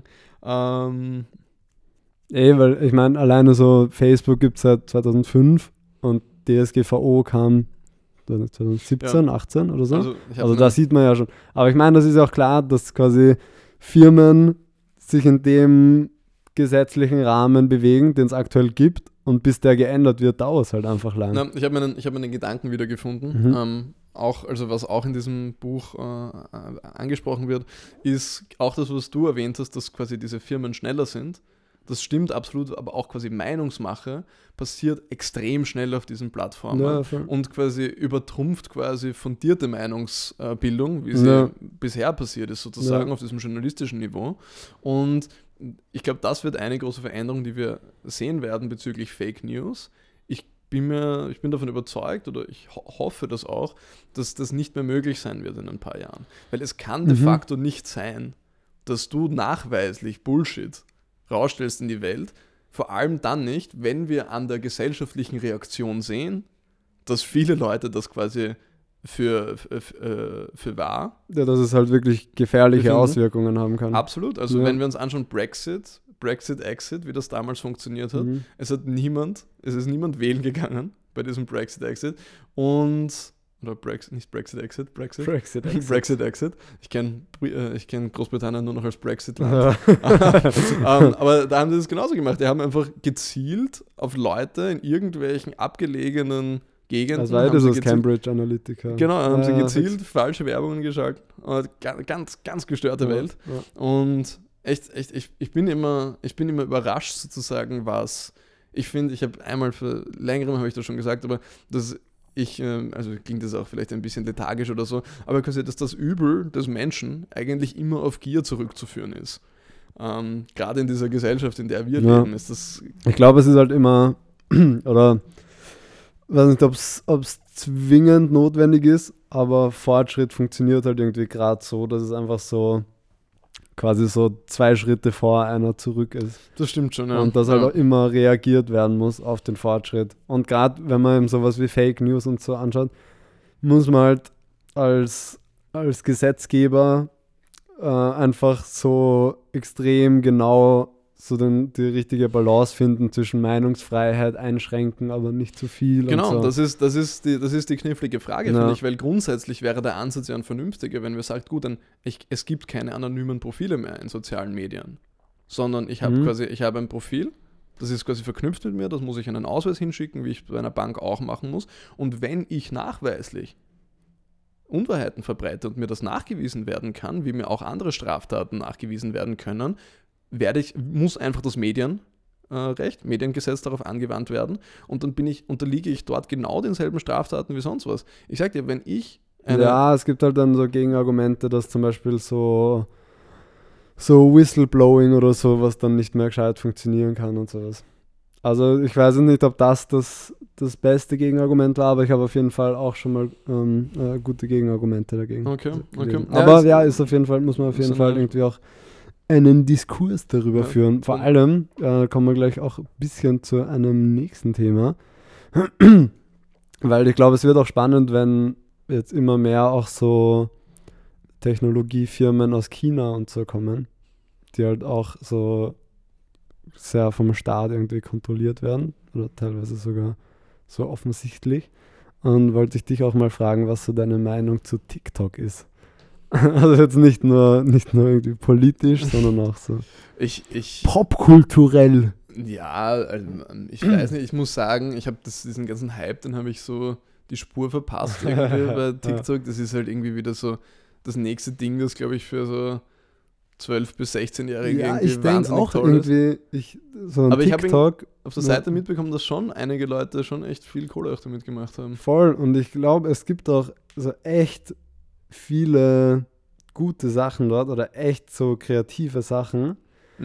Weil ich meine, alleine so Facebook gibt es seit 2005 und DSGVO kam 2017, 18 oder so. Also da sieht man ja schon. Aber ich meine, das ist auch klar, dass quasi Firmen sich in dem gesetzlichen Rahmen bewegen, den es aktuell gibt, und bis der geändert wird, dauert es halt einfach lang. Na, ich habe meinen Gedanken wieder gefunden. Also was auch in diesem Buch angesprochen wird, ist auch das, was du erwähnt hast, dass quasi diese Firmen schneller sind. Das stimmt absolut, aber auch quasi Meinungsmache passiert extrem schnell auf diesen Plattformen und quasi übertrumpft quasi fundierte Meinungsbildung, wie sie bisher passiert ist, sozusagen auf diesem journalistischen Niveau. Und ich glaube, das wird eine große Veränderung, die wir sehen werden bezüglich Fake News. Ich bin davon überzeugt, oder ich hoffe das auch, dass das nicht mehr möglich sein wird in ein paar Jahren. Weil es kann de facto nicht sein, dass du nachweislich Bullshit rausstellst in die Welt, vor allem dann nicht, wenn wir an der gesellschaftlichen Reaktion sehen, dass viele Leute das quasi für wahr. Ja, dass es halt wirklich gefährliche Auswirkungen haben kann. Absolut, also wenn wir uns anschauen, Brexit, Exit, wie das damals funktioniert hat, es ist niemand wählen gegangen bei diesem Brexit Exit oder Brexit Exit. Ich kenn Großbritannien nur noch als Brexit-Land. Aber da haben sie das genauso gemacht. Die haben einfach gezielt auf Leute in irgendwelchen abgelegenen Gegenden. Das war das Cambridge Analytica. Genau, haben sie gezielt falsche Werbungen geschaltet. Ganz, ganz gestörte Welt. Ja. Und echt, ich bin immer überrascht sozusagen, was ich finde, ich habe einmal für längerem, habe ich das schon gesagt, aber also klingt das auch vielleicht ein bisschen lethargisch oder so, aber quasi, dass das Übel des Menschen eigentlich immer auf Gier zurückzuführen ist. Gerade in dieser Gesellschaft, in der wir leben, ist das... Ich glaube, es ist halt immer, oder weiß nicht, ob es zwingend notwendig ist, aber Fortschritt funktioniert halt irgendwie gerade so, dass es einfach so quasi so 2 Schritte vor einer zurück ist. Das stimmt schon, ja. Und dass halt auch immer reagiert werden muss auf den Fortschritt. Und gerade wenn man eben sowas wie Fake News und so anschaut, muss man halt als Gesetzgeber einfach so extrem genau so die richtige Balance finden zwischen Meinungsfreiheit einschränken, aber nicht zu viel. Genau, und so. das ist die knifflige Frage, finde ich, weil grundsätzlich wäre der Ansatz ja ein vernünftiger, wenn wir sagen, gut, es gibt keine anonymen Profile mehr in sozialen Medien, sondern ich habe ein Profil, das ist quasi verknüpft mit mir, das muss ich einen Ausweis hinschicken, wie ich bei einer Bank auch machen muss, und wenn ich nachweislich Unwahrheiten verbreite und mir das nachgewiesen werden kann, wie mir auch andere Straftaten nachgewiesen werden können, muss einfach das Mediengesetz darauf angewandt werden, und dann unterliege ich dort genau denselben Straftaten wie sonst was. Ich sag dir, wenn ich es gibt halt dann so Gegenargumente, dass zum Beispiel so Whistleblowing oder so, was dann nicht mehr gescheit funktionieren kann und sowas. Also ich weiß nicht, ob das beste Gegenargument war, aber ich habe auf jeden Fall auch schon mal gute Gegenargumente dagegen. Okay. Aber ist auf jeden Fall, muss man auf jeden Fall irgendwie auch einen Diskurs darüber führen. Vor allem kommen wir gleich auch ein bisschen zu einem nächsten Thema, weil ich glaube, es wird auch spannend, wenn jetzt immer mehr auch so Technologiefirmen aus China und so kommen, die halt auch so sehr vom Staat irgendwie kontrolliert werden oder teilweise sogar so offensichtlich. Und wollte ich dich auch mal fragen, was so deine Meinung zu TikTok ist. Also jetzt nicht nur irgendwie politisch, sondern auch so popkulturell. Ja, also ich weiß nicht, ich muss sagen, ich habe diesen ganzen Hype, den habe ich so die Spur verpasst irgendwie bei TikTok. Das ist halt irgendwie wieder so das nächste Ding, das glaube ich für so 12- bis 16-Jährige irgendwie wahnsinnig auch toll irgendwie ist. Aber ich habe auf der Seite mitbekommen, dass schon einige Leute schon echt viel Kohle auch damit gemacht haben. Voll, und ich glaube, es gibt auch so echt viele gute Sachen dort oder echt so kreative Sachen.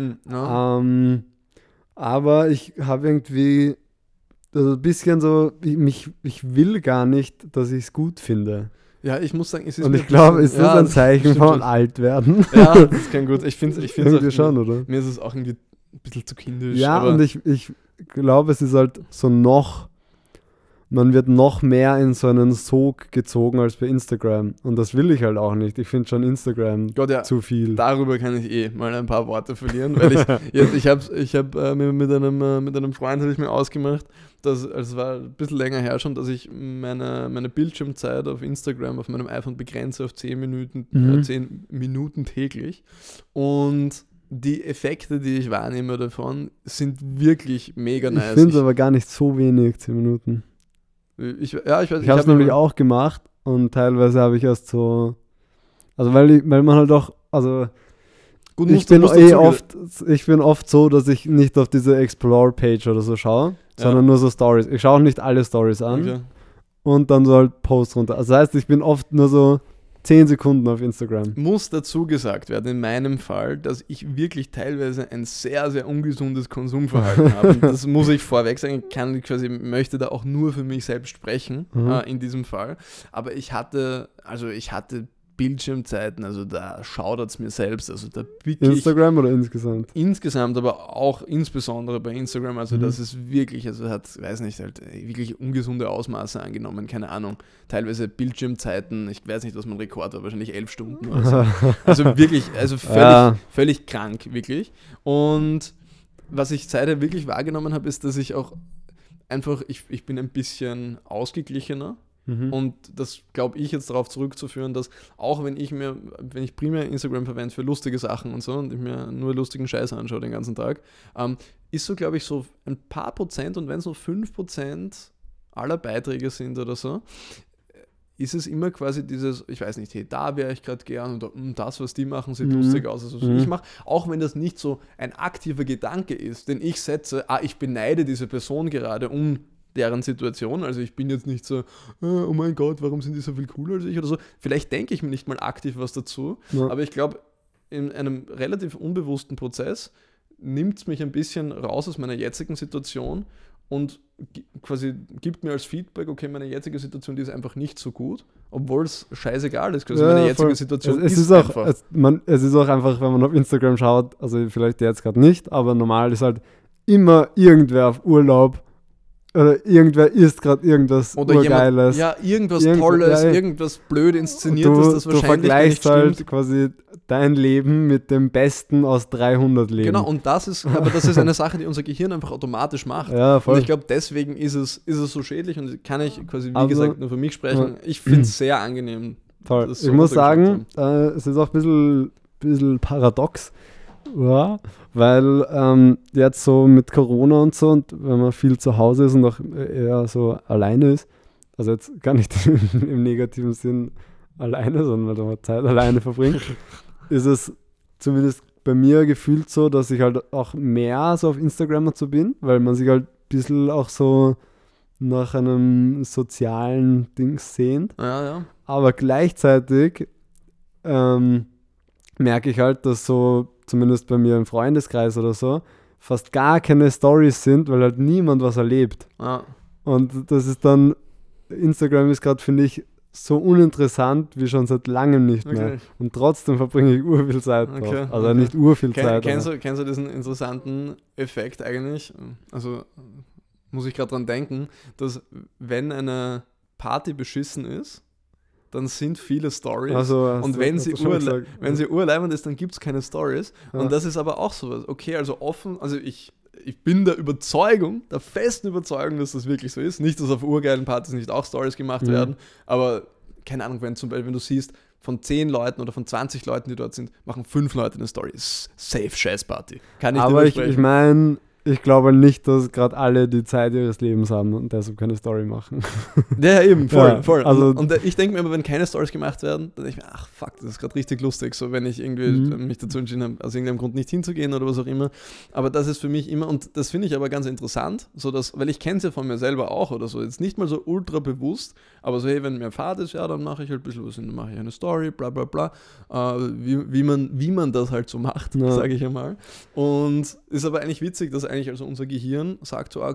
Aber ich habe irgendwie also ein bisschen so, ich will gar nicht, dass ich es gut finde. Ja, ich muss sagen, es ist Und mir ich glaube, ist bisschen- das ja, ein Zeichen stimmt von schon. Altwerden? Ja, das kann gut. Ich finde Irgendwie es schon, oder? mir ist es auch irgendwie ein bisschen zu kindisch. Ja, aber und ich glaube, es ist halt so man wird noch mehr in so einen Sog gezogen als bei Instagram. Und das will ich halt auch nicht. Ich finde schon Instagram Gott, ja, zu viel. darüber kann ich mal ein paar Worte verlieren, weil ich hab mit einem Freund habe ich mir ausgemacht, dass, also es war ein bisschen länger her schon, dass ich meine Bildschirmzeit auf Instagram auf meinem iPhone begrenze auf 10 Minuten, 10 Minuten täglich. Und die Effekte, die ich wahrnehme davon, sind wirklich mega Ich nice. finde es aber gar nicht so wenig, 10 Minuten. Ich weiß, Ich habe es nämlich auch gemacht und teilweise habe ich erst so, also weil man halt auch, also gut, ich bin oft so, dass ich nicht auf diese Explore-Page oder so schaue, sondern nur so Stories. Ich schaue nicht alle Stories an Okay. und dann so halt Posts runter. Also das heißt, ich bin oft nur so 10 Sekunden auf Instagram. Muss dazu gesagt werden, in meinem Fall, dass ich wirklich teilweise ein sehr, sehr ungesundes Konsumverhalten habe. Und das muss ich vorweg sagen. Ich möchte da auch nur für mich selbst sprechen, in diesem Fall. Aber ich hatte Bildschirmzeiten, also da schaudert es mir selbst. Also da wirklich Instagram oder insgesamt? insgesamt, aber auch insbesondere bei Instagram, also das ist wirklich, also hat, weiß nicht, halt wirklich ungesunde Ausmaße angenommen, keine Ahnung, teilweise Bildschirmzeiten, ich weiß nicht, was mein Rekord war, wahrscheinlich 11 Stunden oder so. Also wirklich, also völlig krank, wirklich. Und was ich seither wirklich wahrgenommen habe, ist, dass ich auch einfach, ich bin ein bisschen ausgeglichener. Und das glaube ich jetzt darauf zurückzuführen, dass auch wenn ich primär Instagram verwende für lustige Sachen und so und ich mir nur lustigen Scheiß anschaue den ganzen Tag, ist so, glaube ich, so ein paar Prozent und wenn so 5% aller Beiträge sind oder so, ist es immer quasi dieses, ich weiß nicht, hey, da wäre ich gerade gern oder das, was die machen, sieht lustig aus, also was ich mache, auch wenn das nicht so ein aktiver Gedanke ist, den ich setze, ich beneide diese Person gerade um deren Situation, also ich bin jetzt nicht so, oh mein Gott, warum sind die so viel cooler als ich oder so, vielleicht denke ich mir nicht mal aktiv was dazu, aber ich glaube, in einem relativ unbewussten Prozess nimmt es mich ein bisschen raus aus meiner jetzigen Situation und quasi gibt mir als Feedback, okay, meine jetzige Situation, die ist einfach nicht so gut, obwohl es scheißegal ist, quasi meine jetzige Situation es ist auch einfach. Es ist auch einfach, wenn man auf Instagram schaut, also vielleicht jetzt gerade nicht, aber normal ist halt immer irgendwer auf Urlaub oder irgendwer isst gerade irgendwas oder Urgeiles. Irgendwas Tolles, irgendwas blöd inszeniertes, das wahrscheinlich du vergleichst nicht halt stimmt. quasi dein Leben mit dem Besten aus 300 Leben. Genau, und das ist eine Sache, die unser Gehirn einfach automatisch macht. Ja, voll. Und ich glaube, deswegen ist es so schädlich und kann ich quasi, wie Also, gesagt, nur für mich sprechen. Ich finde es sehr angenehm. Toll. das Ich so muss runtergeschaut sagen, es ist auch ein bisschen paradox, ja, weil jetzt so mit Corona und so und wenn man viel zu Hause ist und auch eher so alleine ist, also jetzt gar nicht im negativen Sinn alleine, sondern weil man Zeit alleine verbringt, ist es zumindest bei mir gefühlt so, dass ich halt auch mehr so auf Instagram dazu bin, weil man sich halt ein bisschen auch so nach einem sozialen Ding sehnt. Ja. Aber gleichzeitig merke ich halt, dass so, zumindest bei mir im Freundeskreis oder so, fast gar keine Storys sind, weil halt niemand was erlebt. Ja. Und das ist dann, Instagram ist gerade, finde ich, so uninteressant wie schon seit langem nicht mehr. Und trotzdem verbringe ich urviel Zeit drauf. Also nicht urviel Zeit. Kennst du diesen interessanten Effekt eigentlich? Also muss ich gerade dran denken, dass wenn eine Party beschissen ist, dann sind viele Stories. Und wenn sie urleibend ist, dann gibt es keine Stories. Ja. Und das ist aber auch sowas. Okay, also ich bin der festen Überzeugung, dass das wirklich so ist. Nicht, dass auf urgeilen Partys nicht auch Stories gemacht werden, aber keine Ahnung, wenn zum Beispiel, wenn du siehst, von 10 Leuten oder von 20 Leuten, die dort sind, machen 5 Leute eine Story. Safe Scheiß-Party. Kann ich aber dir ich meine, ich glaube nicht, dass gerade alle die Zeit ihres Lebens haben und deshalb keine Story machen. Ja, eben, voll. Also und ich denke mir immer, wenn keine Stories gemacht werden, dann denke ich mir, ach fuck, das ist gerade richtig lustig, so wenn ich irgendwie mich dazu entschieden habe, aus irgendeinem Grund nicht hinzugehen oder was auch immer. Aber das ist für mich immer, und das finde ich aber ganz interessant, so dass, weil ich kenne es ja von mir selber auch oder so, jetzt nicht mal so ultra bewusst, aber so, hey, wenn mir Fahrt ist, ja, dann mache ich halt ein bisschen was, dann mache ich eine Story, bla bla bla, wie man das halt so macht, sage ich einmal. Und ist aber eigentlich witzig, dass eigentlich also unser Gehirn sagt so, okay,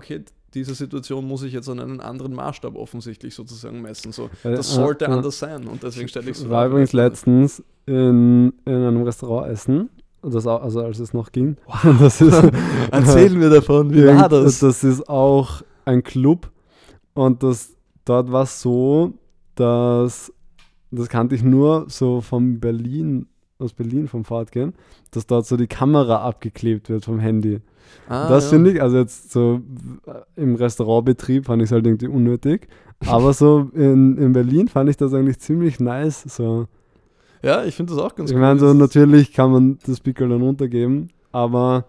diese Situation muss ich jetzt an einen anderen Maßstab offensichtlich sozusagen messen. So, Ja, das sollte ja. anders sein und deswegen stelle ich es War übrigens letztens in einem Restaurant essen, also als es noch ging. Wow. Das ist, Erzähl mir davon, wie war das? Das ist auch ein Club und dort war es so, dass das kannte ich nur so aus Berlin vom Fortgehen, dass dort so die Kamera abgeklebt wird vom Handy. Das finde ich, also jetzt so im Restaurantbetrieb fand ich es halt irgendwie unnötig, aber so in Berlin fand ich das eigentlich ziemlich nice. So. Ja, ich finde das auch ganz Ich cool. meine, so natürlich kann man das Pickel dann runtergeben, aber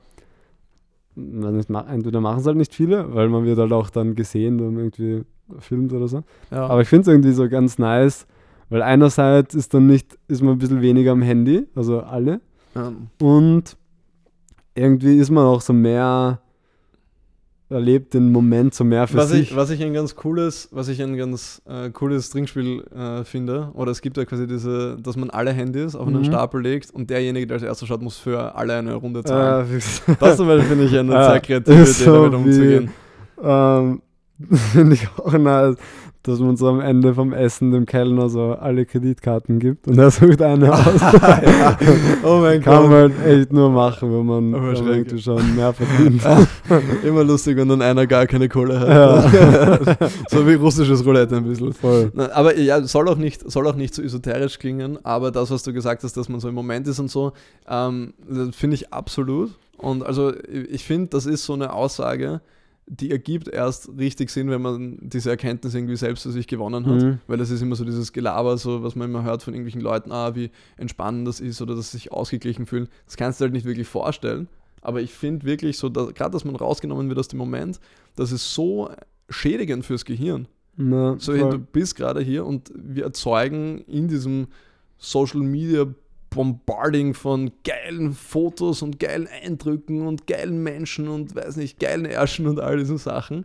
entweder machen es halt nicht viele, weil man wird halt auch dann gesehen, wenn man irgendwie filmt oder so. Ja. Aber ich finde es irgendwie so ganz nice, weil einerseits ist man ein bisschen weniger am Handy, also alle, und irgendwie ist man auch so mehr, erlebt den Moment so mehr für sich. Was ich ein ganz cooles Trinkspiel finde, oder es gibt ja quasi dass man alle Handys auf einen Stapel legt und derjenige, der als erster schaut, muss für alle eine Runde zahlen. Das zum Beispiel finde ich eine sehr kreative Idee, damit umzugehen. Finde ich auch nice, dass man so am Ende vom Essen dem Kellner so alle Kreditkarten gibt und er sucht eine aus. Ja. Oh mein Gott. Kann man halt echt nur machen, wenn man irgendwie schon mehr verdient. Immer lustig, wenn dann einer gar keine Kohle hat. Ja. So wie russisches Roulette ein bisschen. Voll. Aber ja, soll auch nicht so esoterisch klingen, aber das, was du gesagt hast, dass man so im Moment ist und so, das finde ich absolut. Und also ich finde, das ist so eine Aussage, die ergibt erst richtig Sinn, wenn man diese Erkenntnis irgendwie selbst für sich gewonnen hat, weil das ist immer so dieses Gelaber, so was man immer hört von irgendwelchen Leuten, wie entspannend das ist oder dass sie sich ausgeglichen fühlen. Das kannst du halt nicht wirklich vorstellen, aber ich finde wirklich so, gerade dass man rausgenommen wird aus dem Moment, das ist so schädigend fürs Gehirn. Na, so, hey, du bist gerade hier und wir erzeugen in diesem Social Media Bombarding von geilen Fotos und geilen Eindrücken und geilen Menschen und weiß nicht, geilen Ärschen und all diesen Sachen.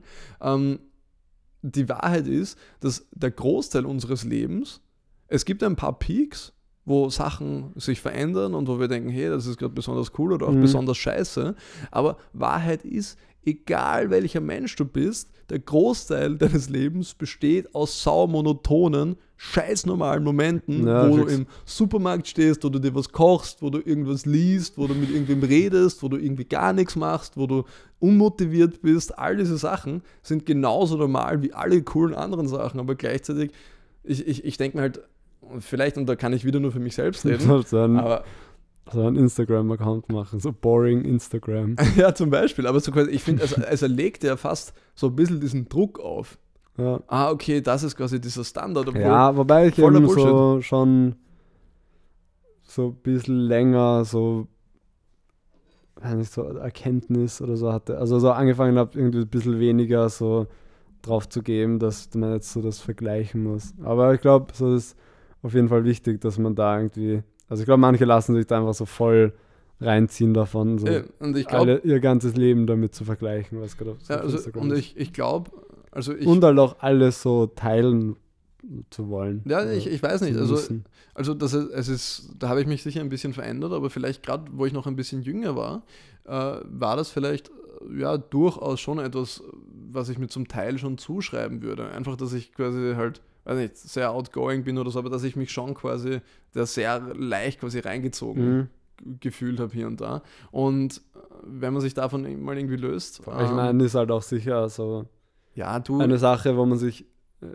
Die Wahrheit ist, dass der Großteil unseres Lebens, es gibt ein paar Peaks, wo Sachen sich verändern und wo wir denken, hey, das ist gerade besonders cool oder auch besonders scheiße, aber Wahrheit ist, egal welcher Mensch du bist, der Großteil deines Lebens besteht aus saumonotonen, scheiß normalen Momenten, wo du im Supermarkt stehst, wo du dir was kochst, wo du irgendwas liest, wo du mit irgendwem redest, wo du irgendwie gar nichts machst, wo du unmotiviert bist. All diese Sachen sind genauso normal wie alle coolen anderen Sachen, aber gleichzeitig, ich denke mir halt, vielleicht, und da kann ich wieder nur für mich selbst reden, aber so einen Instagram-Account machen, so boring Instagram. Ja, zum Beispiel, aber so quasi, ich finde, es erlegt ja fast so ein bisschen diesen Druck auf. Ja. Okay, das ist quasi dieser Standard. Ja, wobei ich eben so schon so ein bisschen länger so Erkenntnis oder so hatte. Also so angefangen habe, irgendwie ein bisschen weniger so drauf zu geben, dass man jetzt so das vergleichen muss. Aber ich glaube, so ist auf jeden Fall wichtig, dass man da irgendwie, also ich glaube, manche lassen sich da einfach so voll reinziehen davon, so und ich glaub, ihr ganzes Leben damit zu vergleichen, was gerade so und ich glaube, und halt auch alles so teilen zu wollen. Ja, ich weiß nicht, also da habe ich mich sicher ein bisschen verändert, aber vielleicht gerade, wo ich noch ein bisschen jünger war, war das vielleicht ja durchaus schon etwas, was ich mir zum Teil schon zuschreiben würde. Einfach, dass ich quasi halt, weiß nicht, sehr outgoing bin oder so, aber dass ich mich schon quasi da sehr leicht quasi reingezogen gefühlt habe hier und da. Und wenn man sich davon mal irgendwie löst. Ich meine, ist halt auch sicher so eine Sache, wo man sich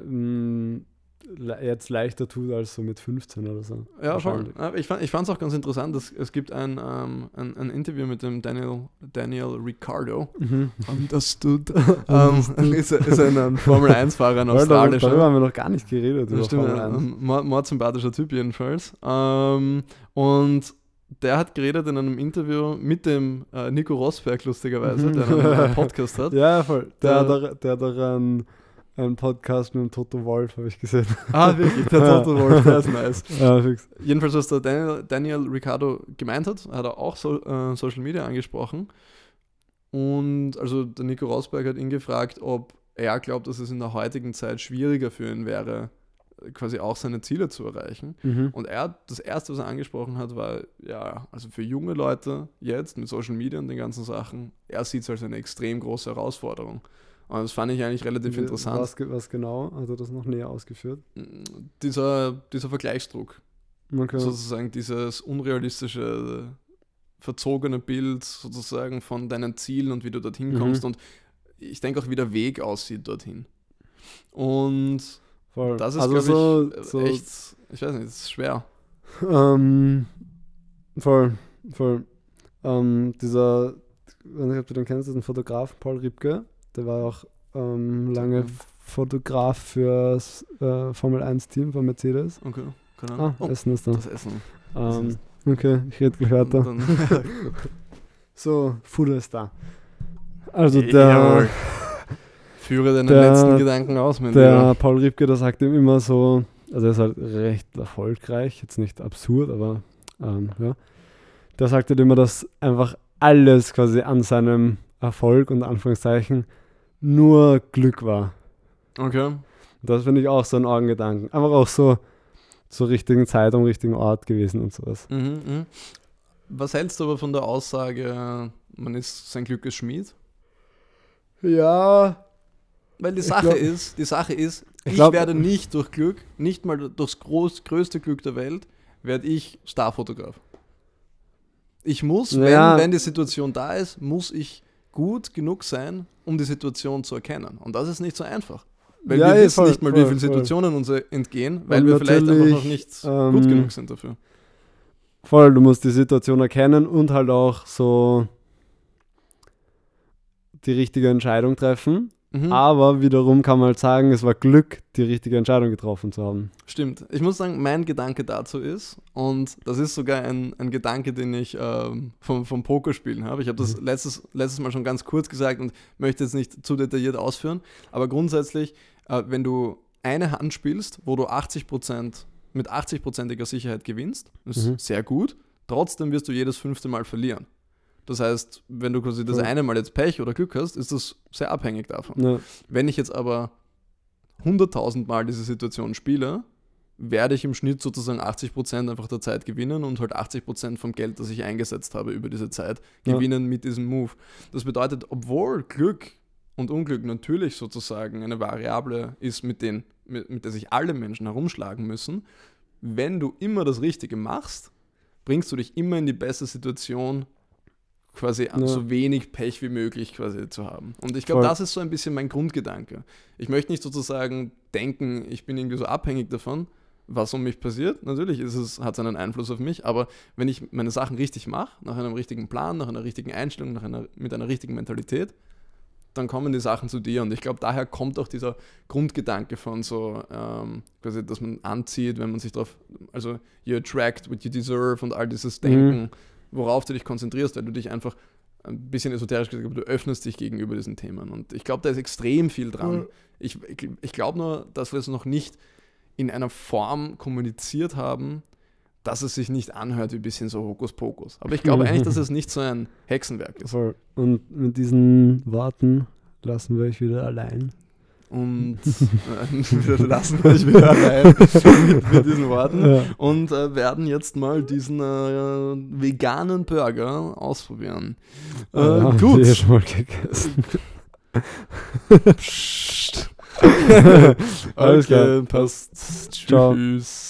jetzt leichter tut als so mit 15 oder so. Ja, voll. Ich fand es auch ganz interessant, dass es gibt ein Interview mit dem Daniel Ricciardo. Understood. Ist ein Formel-1-Fahrer, ein australischer. Darüber haben wir noch gar nicht geredet. Das stimmt, ein mordsympathischer Typ jedenfalls. Und der hat geredet in einem Interview mit dem Nico Rosberg, lustigerweise, der einen Podcast hat. Ja, voll. Der hat doch einen Podcast mit dem Toto Wolff, habe ich gesehen. Wirklich? Der Toto Wolff, der ist nice. Ja, fix. Jedenfalls, was der Daniel Ricciardo gemeint hat er auch Social Media angesprochen. Und also der Nico Rosberg hat ihn gefragt, ob er glaubt, dass es in der heutigen Zeit schwieriger für ihn wäre, quasi auch seine Ziele zu erreichen. Und das Erste, was er angesprochen hat, war, ja, also für junge Leute jetzt mit Social Media und den ganzen Sachen, er sieht es als eine extrem große Herausforderung. Und das fand ich eigentlich relativ interessant. Was genau? Hat er das noch näher ausgeführt? Dieser Vergleichsdruck. Okay. Sozusagen dieses unrealistische, verzogene Bild sozusagen von deinen Zielen und wie du dorthin kommst. Und ich denke auch, wie der Weg aussieht dorthin. Und Voll. das ist, also glaube ich, so echt, ich weiß nicht, das ist schwer. Voll. Dieser, ich weiß nicht, ob du den kennst, das ist ein Fotograf, Paul Ripke, der war auch lange Fotograf fürs Formel 1 Team von Mercedes. Okay, keine Ahnung. Essen ist da. Das Essen. Okay, ich rede gleich weiter. So, Food ist da. Also Jawohl. Führe deine letzten Gedanken aus, mein Der Lieber. Paul Ripke, der sagt ihm immer so, also er ist halt recht erfolgreich, jetzt nicht absurd, aber ja. Der sagt halt immer, dass einfach alles quasi an seinem Erfolg und Anführungszeichen nur Glück war. Okay. Das finde ich auch so ein Augengedanken. Einfach auch so zur richtigen Zeit am richtigen Ort gewesen und sowas. Was hältst du aber von der Aussage, man ist sein Glückes Schmied? Ja. Weil die Sache ist, ich werde nicht durch Glück, nicht mal durchs größte Glück der Welt, werde ich Starfotograf. Ich muss, wenn die Situation da ist, muss ich gut genug sein, um die Situation zu erkennen. Und das ist nicht so einfach. Weil wir wissen nicht mal, wie viele Situationen uns entgehen, weil wir vielleicht einfach noch nicht gut genug sind dafür. Voll, du musst die Situation erkennen und halt auch so die richtige Entscheidung treffen. Aber wiederum kann man halt sagen, es war Glück, die richtige Entscheidung getroffen zu haben. Stimmt. Ich muss sagen, mein Gedanke dazu ist, und das ist sogar ein Gedanke, den ich vom Pokerspielen habe. Ich habe das letztes Mal schon ganz kurz gesagt und möchte jetzt nicht zu detailliert ausführen. Aber grundsätzlich, wenn du eine Hand spielst, wo du mit 80%iger Sicherheit gewinnst, ist sehr gut. Trotzdem wirst du jedes 5. Mal verlieren. Das heißt, wenn du quasi das eine Mal jetzt Pech oder Glück hast, ist das sehr abhängig davon. Ja. Wenn ich jetzt aber 100.000 Mal diese Situation spiele, werde ich im Schnitt sozusagen 80% einfach der Zeit gewinnen und halt 80% vom Geld, das ich eingesetzt habe über diese Zeit, gewinnen mit diesem Move. Das bedeutet, obwohl Glück und Unglück natürlich sozusagen eine Variable ist, mit der sich alle Menschen herumschlagen müssen, wenn du immer das Richtige machst, bringst du dich immer in die beste Situation, quasi so wenig Pech wie möglich quasi zu haben. Und ich glaube, das ist so ein bisschen mein Grundgedanke. Ich möchte nicht sozusagen denken, ich bin irgendwie so abhängig davon, was um mich passiert. Natürlich hat es einen Einfluss auf mich, aber wenn ich meine Sachen richtig mache, nach einem richtigen Plan, nach einer richtigen Einstellung, mit einer richtigen Mentalität, dann kommen die Sachen zu dir. Und ich glaube, daher kommt auch dieser Grundgedanke von so, quasi, dass man anzieht, wenn man sich darauf, also you attract what you deserve und all dieses Denken, worauf du dich konzentrierst, weil du dich einfach ein bisschen esoterisch gesagt, du öffnest dich gegenüber diesen Themen. Und ich glaube, da ist extrem viel dran. Ich glaube nur, dass wir es noch nicht in einer Form kommuniziert haben, dass es sich nicht anhört wie ein bisschen so Hokuspokus. Aber ich glaube eigentlich, dass es nicht so ein Hexenwerk ist. Voll. Und mit diesen Worten lassen wir euch wieder allein. Und wir lassen euch wieder allein mit diesen Worten und werden jetzt mal diesen veganen Burger ausprobieren. Gut. Ich schon mal gegessen. Psst. Alles klar, passt. Tschüss.